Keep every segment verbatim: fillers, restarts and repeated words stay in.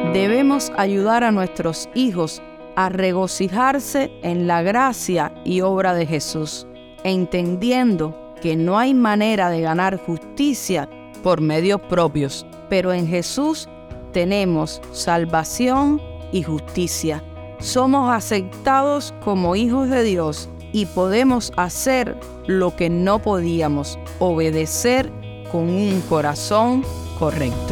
Debemos ayudar a nuestros hijos a regocijarse en la gracia y obra de Jesús, entendiendo que no hay manera de ganar justicia por medios propios, pero en Jesús tenemos salvación y justicia. Somos aceptados como hijos de Dios y podemos hacer lo que no podíamos, obedecer con un corazón correcto.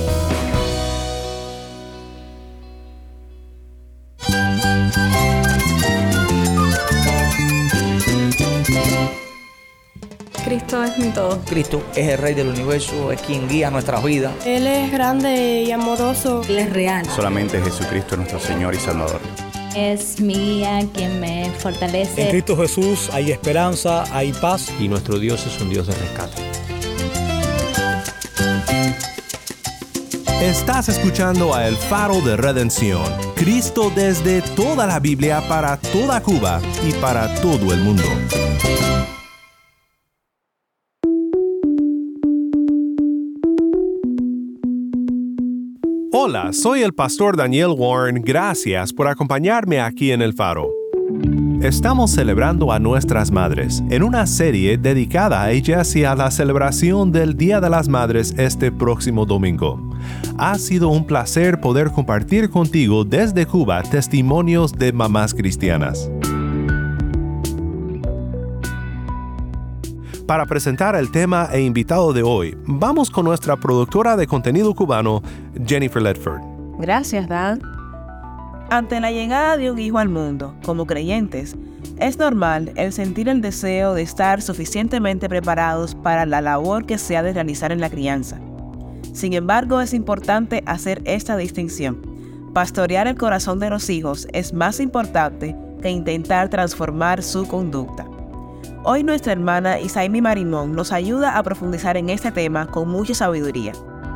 Cristo es mi todo. Cristo es el Rey del universo, es quien guía nuestras vidas. Él es grande y amoroso. Él es real. Solamente Jesucristo es nuestro Señor y Salvador. Es mi guía quien me fortalece. En Cristo Jesús hay esperanza, hay paz. Y nuestro Dios es un Dios de rescate. Estás escuchando a El Faro de Redención. Cristo desde toda la Biblia para toda Cuba y para todo el mundo. Hola, soy el pastor Daniel Warren. Gracias por acompañarme aquí en El Faro. Estamos celebrando a nuestras madres en una serie dedicada a ellas y a la celebración del Día de las Madres este próximo domingo. Ha sido un placer poder compartir contigo desde Cuba testimonios de mamás cristianas. Para presentar el tema e invitado de hoy, vamos con nuestra productora de contenido cubano, Jennifer Ledford. Gracias, Dan. Ante la llegada de un hijo al mundo, como creyentes, es normal el sentir el deseo de estar suficientemente preparados para la labor que se ha de realizar en la crianza. Sin embargo, es importante hacer esta distinción. Pastorear el corazón de los hijos es más importante que intentar transformar su conducta. Hoy nuestra hermana Isaimi Marimón nos ayuda a profundizar en este tema con mucha sabiduría.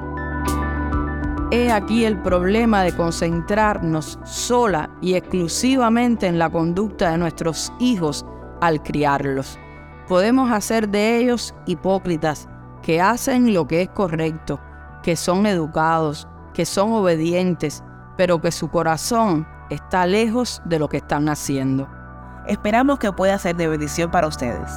He aquí el problema de concentrarnos sola y exclusivamente en la conducta de nuestros hijos al criarlos. Podemos hacer de ellos hipócritas que hacen lo que es correcto, que son educados, que son obedientes, pero que su corazón está lejos de lo que están haciendo. Esperamos que pueda ser de bendición para ustedes.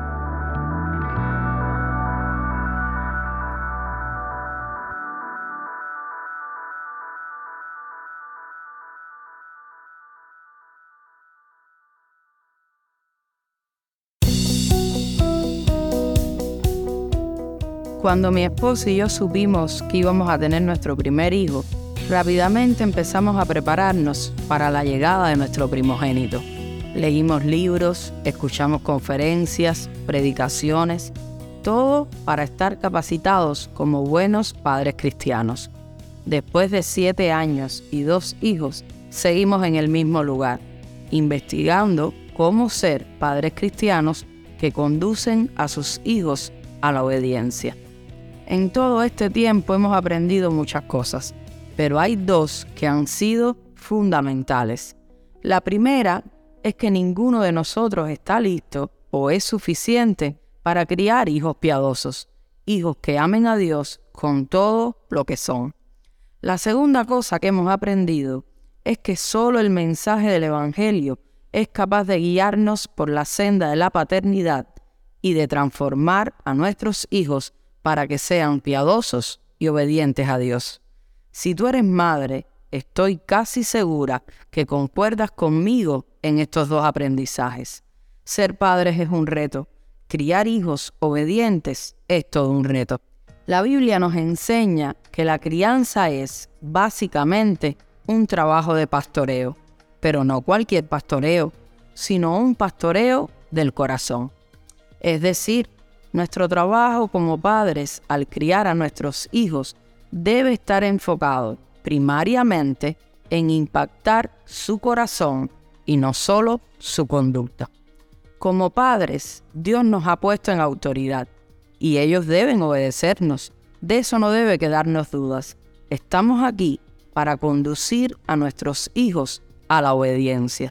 Cuando mi esposo y yo supimos que íbamos a tener nuestro primer hijo, rápidamente empezamos a prepararnos para la llegada de nuestro primogénito. Leímos libros, escuchamos conferencias, predicaciones, todo para estar capacitados como buenos padres cristianos. Después de siete años y dos hijos, seguimos en el mismo lugar, investigando cómo ser padres cristianos que conducen a sus hijos a la obediencia. En todo este tiempo hemos aprendido muchas cosas, pero hay dos que han sido fundamentales. La primera es que ninguno de nosotros está listo o es suficiente para criar hijos piadosos, hijos que amen a Dios con todo lo que son. La segunda cosa que hemos aprendido es que solo el mensaje del Evangelio es capaz de guiarnos por la senda de la paternidad y de transformar a nuestros hijos para que sean piadosos y obedientes a Dios. Si tú eres madre, estoy casi segura que concuerdas conmigo en estos dos aprendizajes. Ser padres es un reto. Criar hijos obedientes es todo un reto. La Biblia nos enseña que la crianza es, básicamente, un trabajo de pastoreo. Pero no cualquier pastoreo, sino un pastoreo del corazón. Es decir, nuestro trabajo como padres al criar a nuestros hijos debe estar enfocado primariamente en impactar su corazón y no solo su conducta. Como padres, Dios nos ha puesto en autoridad y ellos deben obedecernos. De eso no debe quedarnos dudas. Estamos aquí para conducir a nuestros hijos a la obediencia.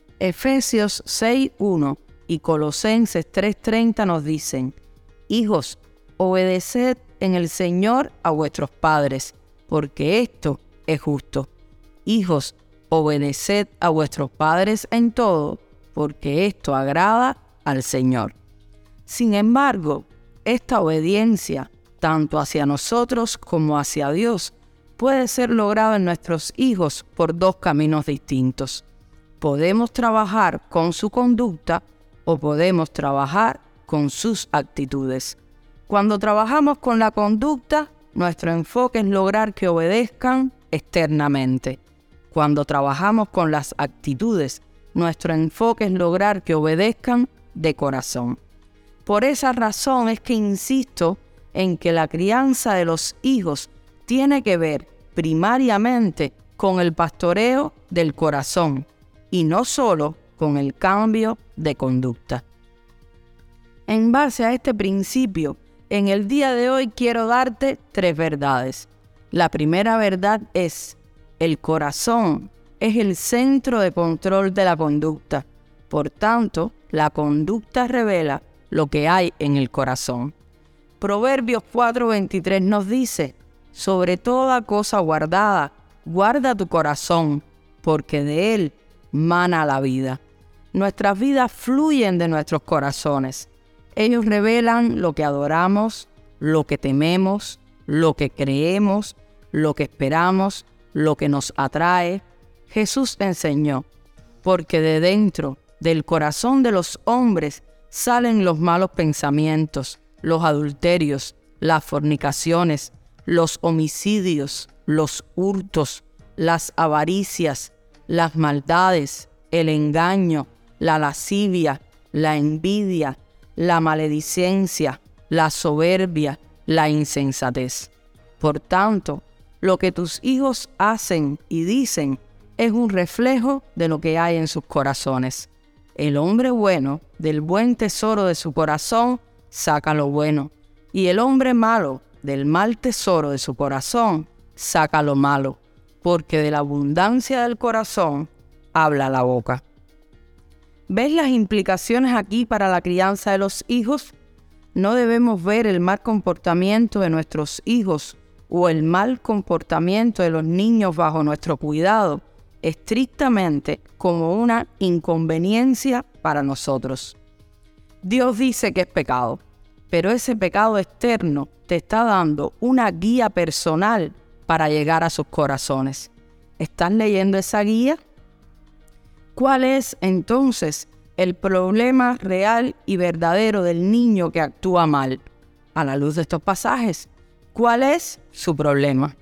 Efesios seis uno y Colosenses tres treinta nos dicen: Hijos, obedeced en el Señor a vuestros padres, porque esto es justo. Hijos, obedeced a vuestros padres en todo, porque esto agrada al Señor. Sin embargo, esta obediencia, tanto hacia nosotros como hacia Dios, puede ser lograda en nuestros hijos por dos caminos distintos. Podemos trabajar con su conducta o podemos trabajar con sus actitudes. Cuando trabajamos con la conducta, nuestro enfoque es lograr que obedezcan externamente. Cuando trabajamos con las actitudes, nuestro enfoque es lograr que obedezcan de corazón. Por esa razón es que insisto en que la crianza de los hijos tiene que ver primariamente con el pastoreo del corazón y no solo con el cambio de conducta. En base a este principio, en el día de hoy quiero darte tres verdades. La primera verdad es: el corazón es el centro de control de la conducta. Por tanto, la conducta revela lo que hay en el corazón. Proverbios cuatro veintitrés nos dice: sobre toda cosa guardada, guarda tu corazón, porque de él mana la vida. Nuestras vidas fluyen de nuestros corazones. Ellos revelan lo que adoramos, lo que tememos, lo que creemos, lo que esperamos, lo que nos atrae. Jesús enseñó: porque de dentro del corazón de los hombres salen los malos pensamientos, los adulterios, las fornicaciones, los homicidios, los hurtos, las avaricias, las maldades, el engaño, la lascivia, la envidia, la maledicencia, la soberbia, la insensatez. Por tanto, lo que tus hijos hacen y dicen es un reflejo de lo que hay en sus corazones. El hombre bueno, del buen tesoro de su corazón, saca lo bueno, y el hombre malo, del mal tesoro de su corazón, saca lo malo, porque de la abundancia del corazón habla la boca. ¿Ves las implicaciones aquí para la crianza de los hijos? No debemos ver el mal comportamiento de nuestros hijos o el mal comportamiento de los niños bajo nuestro cuidado estrictamente como una inconveniencia para nosotros. Dios dice que es pecado, pero ese pecado externo te está dando una guía personal para llegar a sus corazones. ¿Estás leyendo esa guía? ¿Cuál es entonces el problema real y verdadero del niño que actúa mal? A la luz de estos pasajes, ¿cuál es su problema?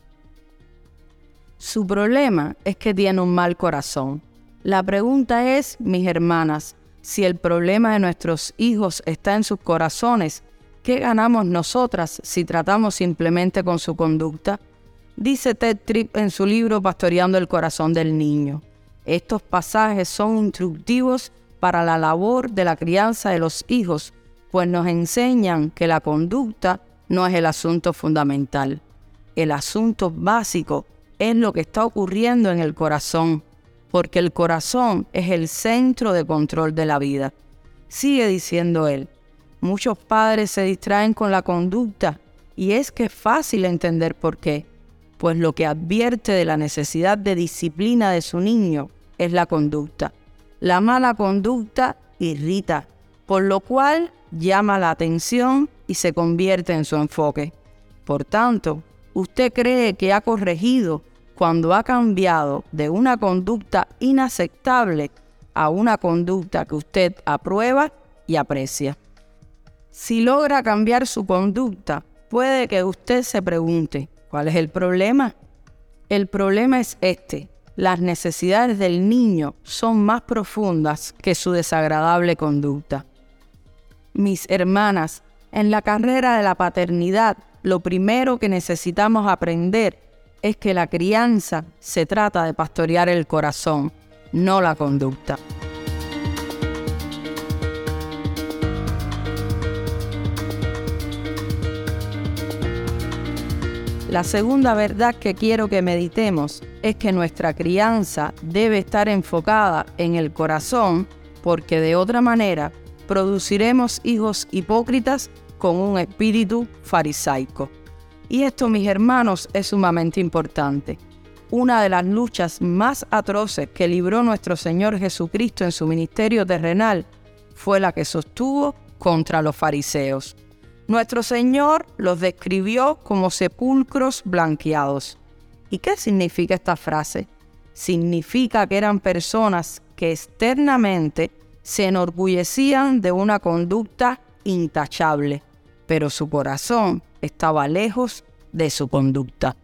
Su problema es que tiene un mal corazón. La pregunta es, mis hermanas, si el problema de nuestros hijos está en sus corazones, ¿qué ganamos nosotras si tratamos simplemente con su conducta? Dice Ted Tripp en su libro Pastoreando el corazón del niño: estos pasajes son instructivos para la labor de la crianza de los hijos, pues nos enseñan que la conducta no es el asunto fundamental. El asunto básico es lo que está ocurriendo en el corazón, porque el corazón es el centro de control de la vida. Sigue diciendo él: muchos padres se distraen con la conducta, y es que es fácil entender por qué, pues lo que advierte de la necesidad de disciplina de su niño es la conducta. La mala conducta irrita, por lo cual llama la atención y se convierte en su enfoque. Por tanto, usted cree que ha corregido cuando ha cambiado de una conducta inaceptable a una conducta que usted aprueba y aprecia. Si logra cambiar su conducta, puede que usted se pregunte: ¿cuál es el problema? El problema es este: las necesidades del niño son más profundas que su desagradable conducta. Mis hermanas, en la carrera de la paternidad, lo primero que necesitamos aprender es que la crianza se trata de pastorear el corazón, no la conducta. La segunda verdad que quiero que meditemos es que nuestra crianza debe estar enfocada en el corazón, porque de otra manera produciremos hijos hipócritas con un espíritu farisaico. Y esto, mis hermanos, es sumamente importante. una de las luchas más atroces que libró nuestro Señor Jesucristo en su ministerio terrenal fue la que sostuvo contra los fariseos. Nuestro Señor los describió como sepulcros blanqueados. ¿Y qué significa esta frase? Significa que eran personas que externamente se enorgullecían de una conducta intachable, pero su corazón estaba lejos de su conducta.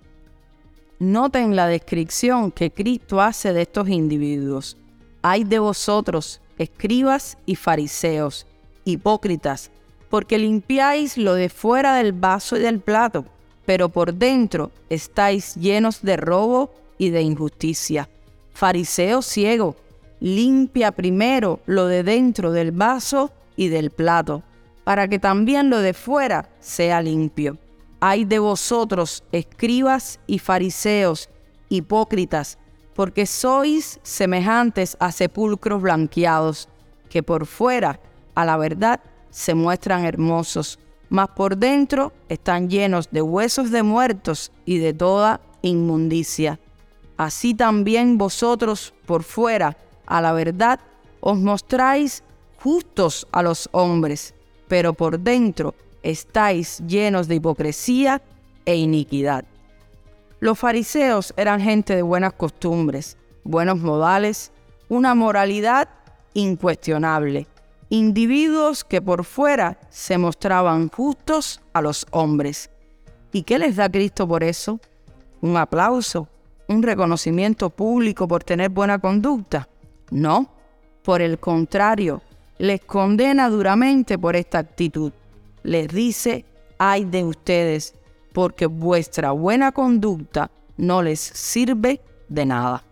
Noten la descripción que Cristo hace de estos individuos. Ay de vosotros, escribas y fariseos, hipócritas, porque limpiáis lo de fuera del vaso y del plato, pero por dentro estáis llenos de robo y de injusticia. Fariseo ciego, limpia primero lo de dentro del vaso y del plato, para que también lo de fuera sea limpio. Ay de vosotros, escribas y fariseos, hipócritas, porque sois semejantes a sepulcros blanqueados, que por fuera, a la verdad, se muestran hermosos, mas por dentro están llenos de huesos de muertos y de toda inmundicia. Así también vosotros por fuera, a la verdad, os mostráis justos a los hombres, pero por dentro estáis llenos de hipocresía e iniquidad. Los fariseos eran gente de buenas costumbres, buenos modales, una moralidad incuestionable, individuos que por fuera se mostraban justos a los hombres. ¿Y qué les da Cristo por eso? ¿Un aplauso? ¿Un reconocimiento público por tener buena conducta? No, por el contrario, les condena duramente por esta actitud. Les dice, ay de ustedes, porque vuestra buena conducta no les sirve de nada.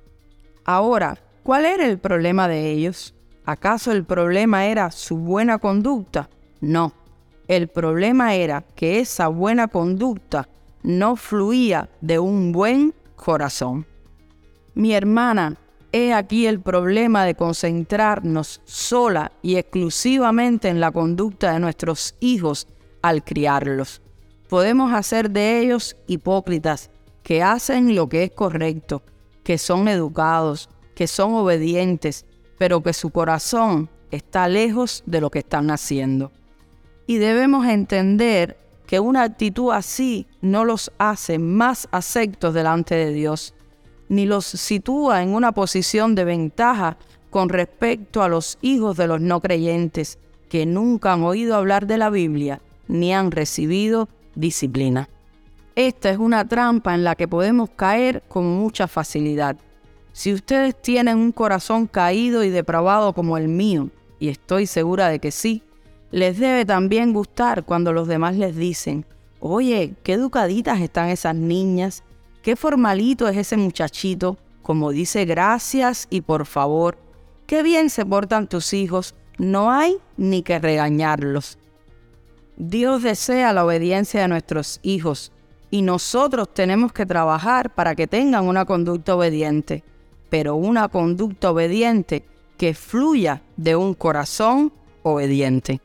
Ahora, ¿cuál era el problema de ellos? ¿Acaso el problema era su buena conducta? No, el problema era que esa buena conducta no fluía de un buen corazón. Mi hermana, he aquí el problema de concentrarnos sola y exclusivamente en la conducta de nuestros hijos al criarlos. Podemos hacer de ellos hipócritas, que hacen lo que es correcto, que son educados, que son obedientes, pero que su corazón está lejos de lo que están haciendo. Y debemos entender que una actitud así no los hace más aceptos delante de Dios, ni los sitúa en una posición de ventaja con respecto a los hijos de los no creyentes, que nunca han oído hablar de la Biblia ni han recibido disciplina. Esta es una trampa en la que podemos caer con mucha facilidad. Si ustedes tienen un corazón caído y depravado como el mío, y estoy segura de que sí, les debe también gustar cuando los demás les dicen, oye, qué educaditas están esas niñas, qué formalito es ese muchachito, como dice gracias y por favor, qué bien se portan tus hijos, no hay ni que regañarlos. Dios desea la obediencia de nuestros hijos y nosotros tenemos que trabajar para que tengan una conducta obediente, pero una conducta obediente que fluya de un corazón obediente.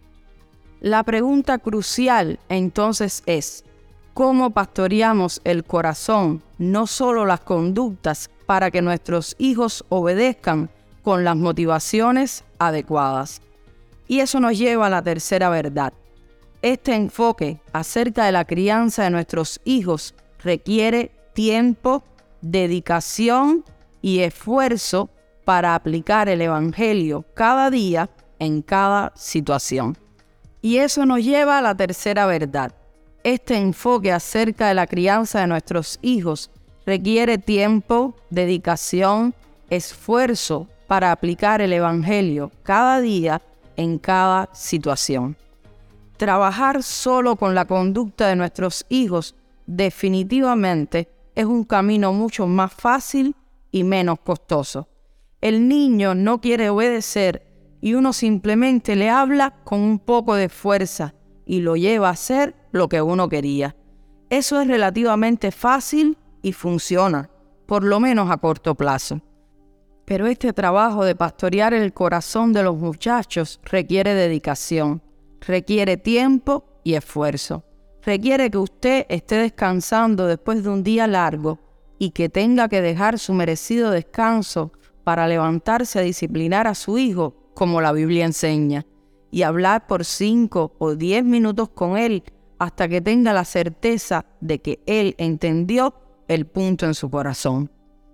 La pregunta crucial entonces es, ¿cómo pastoreamos el corazón, no solo las conductas, para que nuestros hijos obedezcan con las motivaciones adecuadas? Y eso nos lleva a la tercera verdad. Este enfoque acerca de la crianza de nuestros hijos requiere tiempo, dedicación y esfuerzo para aplicar el Evangelio cada día en cada situación. Y eso nos lleva a la tercera verdad. Este enfoque acerca de la crianza de nuestros hijos requiere tiempo, dedicación, esfuerzo para aplicar el Evangelio cada día en cada situación. Trabajar solo con la conducta de nuestros hijos definitivamente es un camino mucho más fácil y menos costoso. El niño no quiere obedecer y uno simplemente le habla con un poco de fuerza y lo lleva a hacer lo que uno quería. Eso es relativamente fácil y funciona, por lo menos a corto plazo. Pero este trabajo de pastorear el corazón de los muchachos requiere dedicación, requiere tiempo y esfuerzo. Requiere que usted esté descansando después de un día largo y que tenga que dejar su merecido descanso para levantarse a disciplinar a su hijo, como la Biblia enseña, y hablar por cinco o diez minutos con él hasta que tenga la certeza de que él entendió el punto en su corazón.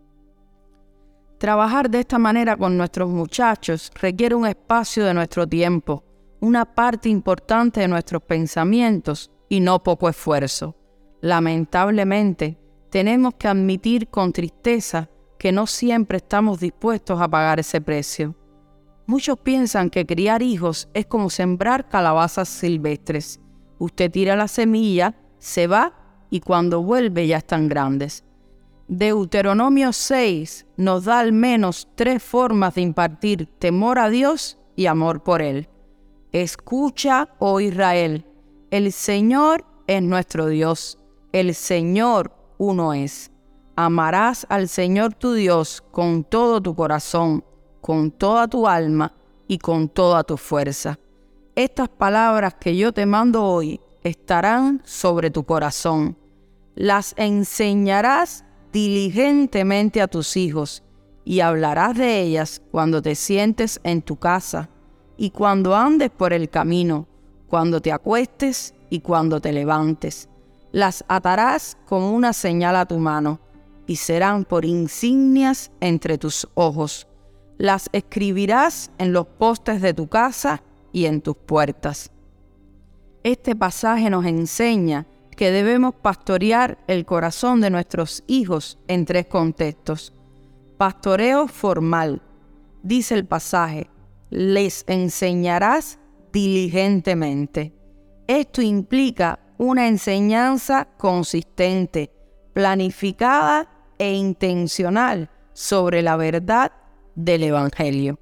Trabajar de esta manera con nuestros muchachos requiere un espacio de nuestro tiempo, una parte importante de nuestros pensamientos y no poco esfuerzo. Lamentablemente, tenemos que admitir con tristeza que no siempre estamos dispuestos a pagar ese precio. Muchos piensan que criar hijos es como sembrar calabazas silvestres. Usted tira la semilla, se va y cuando vuelve ya están grandes. Deuteronomio seis nos da al menos tres formas de impartir temor a Dios y amor por Él. Escucha, oh Israel, el Señor es nuestro Dios, el Señor uno es. Amarás al Señor tu Dios con todo tu corazón, con toda tu alma y con toda tu fuerza. Estas palabras que yo te mando hoy estarán sobre tu corazón. Las enseñarás diligentemente a tus hijos y hablarás de ellas cuando te sientes en tu casa y cuando andes por el camino, cuando te acuestes y cuando te levantes. Las atarás como una señal a tu mano y serán por insignias entre tus ojos. Las escribirás en los postes de tu casa y en tus puertas. Este pasaje nos enseña que debemos pastorear el corazón de nuestros hijos en tres contextos. Pastoreo formal. Dice el pasaje, les enseñarás diligentemente. Esto implica una enseñanza consistente, planificada e intencional sobre la verdad del Evangelio.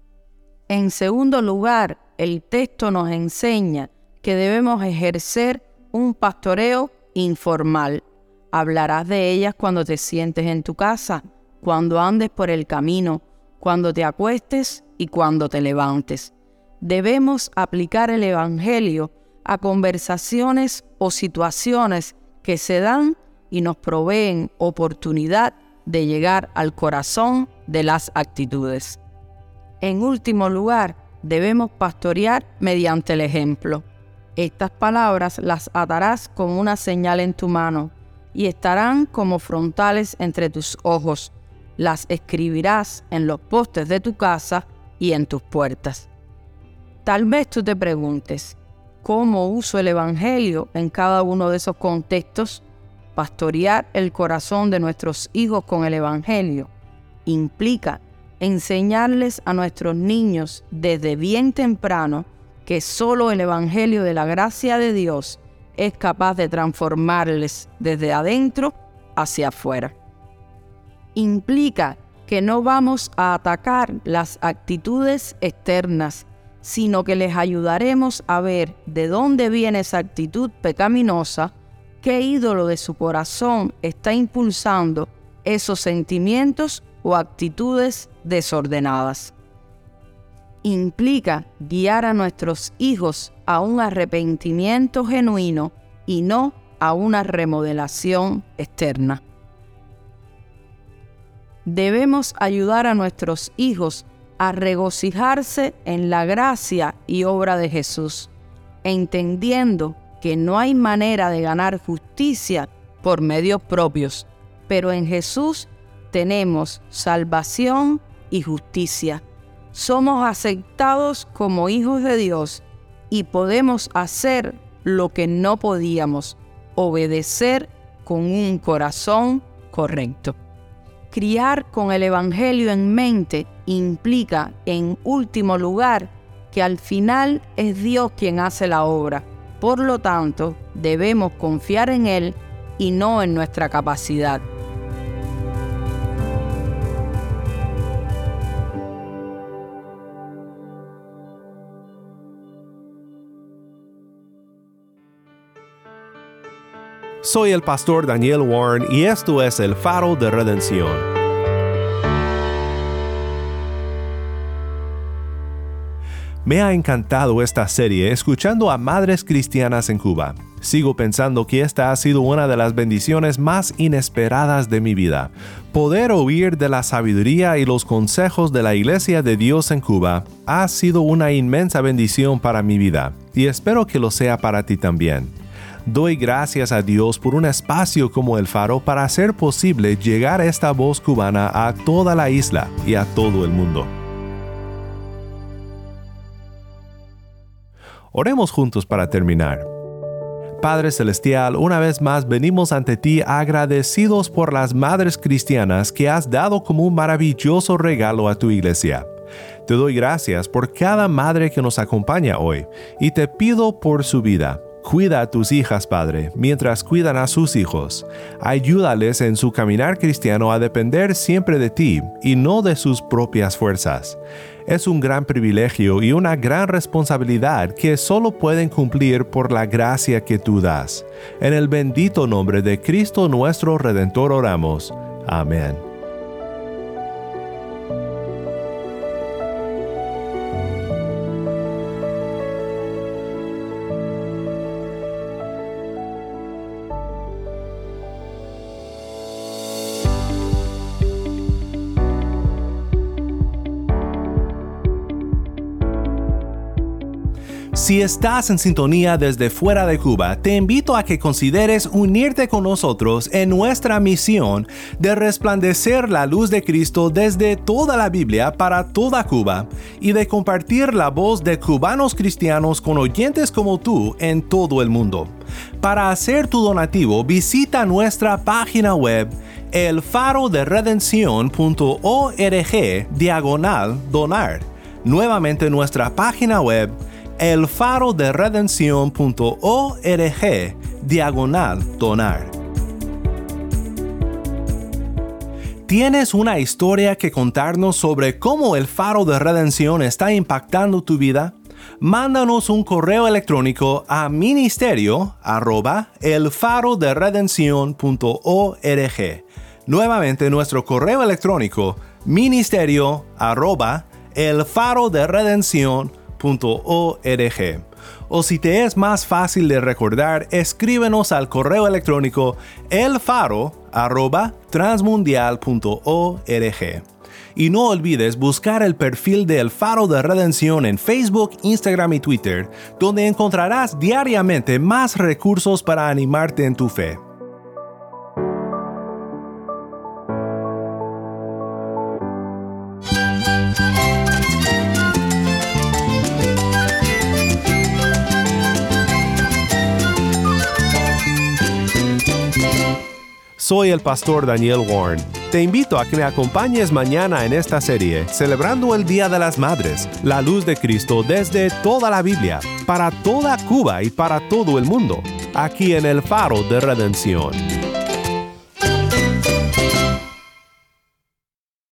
En segundo lugar, el texto nos enseña que debemos ejercer un pastoreo informal. Hablarás de ellas cuando te sientes en tu casa, cuando andes por el camino, cuando te acuestes y cuando te levantes. Debemos aplicar el Evangelio a conversaciones o situaciones que se dan y nos proveen oportunidad de llegar al corazón de las actitudes. En último lugar, debemos pastorear mediante el ejemplo. Estas palabras las atarás como una señal en tu mano y estarán como frontales entre tus ojos. Las escribirás en los postes de tu casa y en tus puertas. Tal vez tú te preguntes, ¿cómo uso el Evangelio en cada uno de esos contextos? Pastorear el corazón de nuestros hijos con el Evangelio implica enseñarles a nuestros niños desde bien temprano que solo el Evangelio de la gracia de Dios es capaz de transformarles desde adentro hacia afuera. Implica que no vamos a atacar las actitudes externas, sino que les ayudaremos a ver de dónde viene esa actitud pecaminosa, qué ídolo de su corazón está impulsando esos sentimientos o actitudes desordenadas. Implica guiar a nuestros hijos a un arrepentimiento genuino y no a una remodelación externa. Debemos ayudar a nuestros hijos a regocijarse en la gracia y obra de Jesús, entendiendo que no hay manera de ganar justicia por medios propios, pero en Jesús tenemos salvación y justicia. Somos aceptados como hijos de Dios y podemos hacer lo que no podíamos, obedecer con un corazón correcto. Criar con el Evangelio en mente implica, en último lugar, que al final es Dios quien hace la obra. Por lo tanto, debemos confiar en Él y no en nuestra capacidad. Soy el pastor Daniel Warren y esto es el Faro de Redención. Me ha encantado esta serie escuchando a madres cristianas en Cuba. Sigo pensando que esta ha sido una de las bendiciones más inesperadas de mi vida. Poder oír de la sabiduría y los consejos de la Iglesia de Dios en Cuba ha sido una inmensa bendición para mi vida, y espero que lo sea para ti también. Doy gracias a Dios por un espacio como El Faro para hacer posible llegar esta voz cubana a toda la isla y a todo el mundo. Oremos juntos para terminar. Padre Celestial, una vez más venimos ante ti agradecidos por las madres cristianas que has dado como un maravilloso regalo a tu iglesia. Te doy gracias por cada madre que nos acompaña hoy y te pido por su vida. Cuida a tus hijas, Padre, mientras cuidan a sus hijos. Ayúdales en su caminar cristiano a depender siempre de ti y no de sus propias fuerzas. Es un gran privilegio y una gran responsabilidad que solo pueden cumplir por la gracia que tú das. En el bendito nombre de Cristo nuestro Redentor oramos. Amén. Si estás en sintonía desde fuera de Cuba, te invito a que consideres unirte con nosotros en nuestra misión de resplandecer la luz de Cristo desde toda la Biblia para toda Cuba y de compartir la voz de cubanos cristianos con oyentes como tú en todo el mundo. Para hacer tu donativo, visita nuestra página web el faro de redención punto org diagonal donar. Nuevamente nuestra página web el faro de redención punto org diagonal donar. ¿Tienes una historia que contarnos sobre cómo el Faro de Redención está impactando tu vida? Mándanos un correo electrónico a ministerio arroba el faro de redención punto org. Nuevamente nuestro correo electrónico ministerio arroba el faro de redención punto org. O si te es más fácil de recordar, escríbenos al correo electrónico elfaro arroba transmundial punto org. Y no olvides buscar el perfil de El Faro de Redención en Facebook, Instagram y Twitter, donde encontrarás diariamente más recursos para animarte en tu fe. Soy el pastor Daniel Warren. Te invito a que me acompañes mañana en esta serie, celebrando el Día de las Madres, la luz de Cristo desde toda la Biblia, para toda Cuba y para todo el mundo, aquí en el Faro de Redención.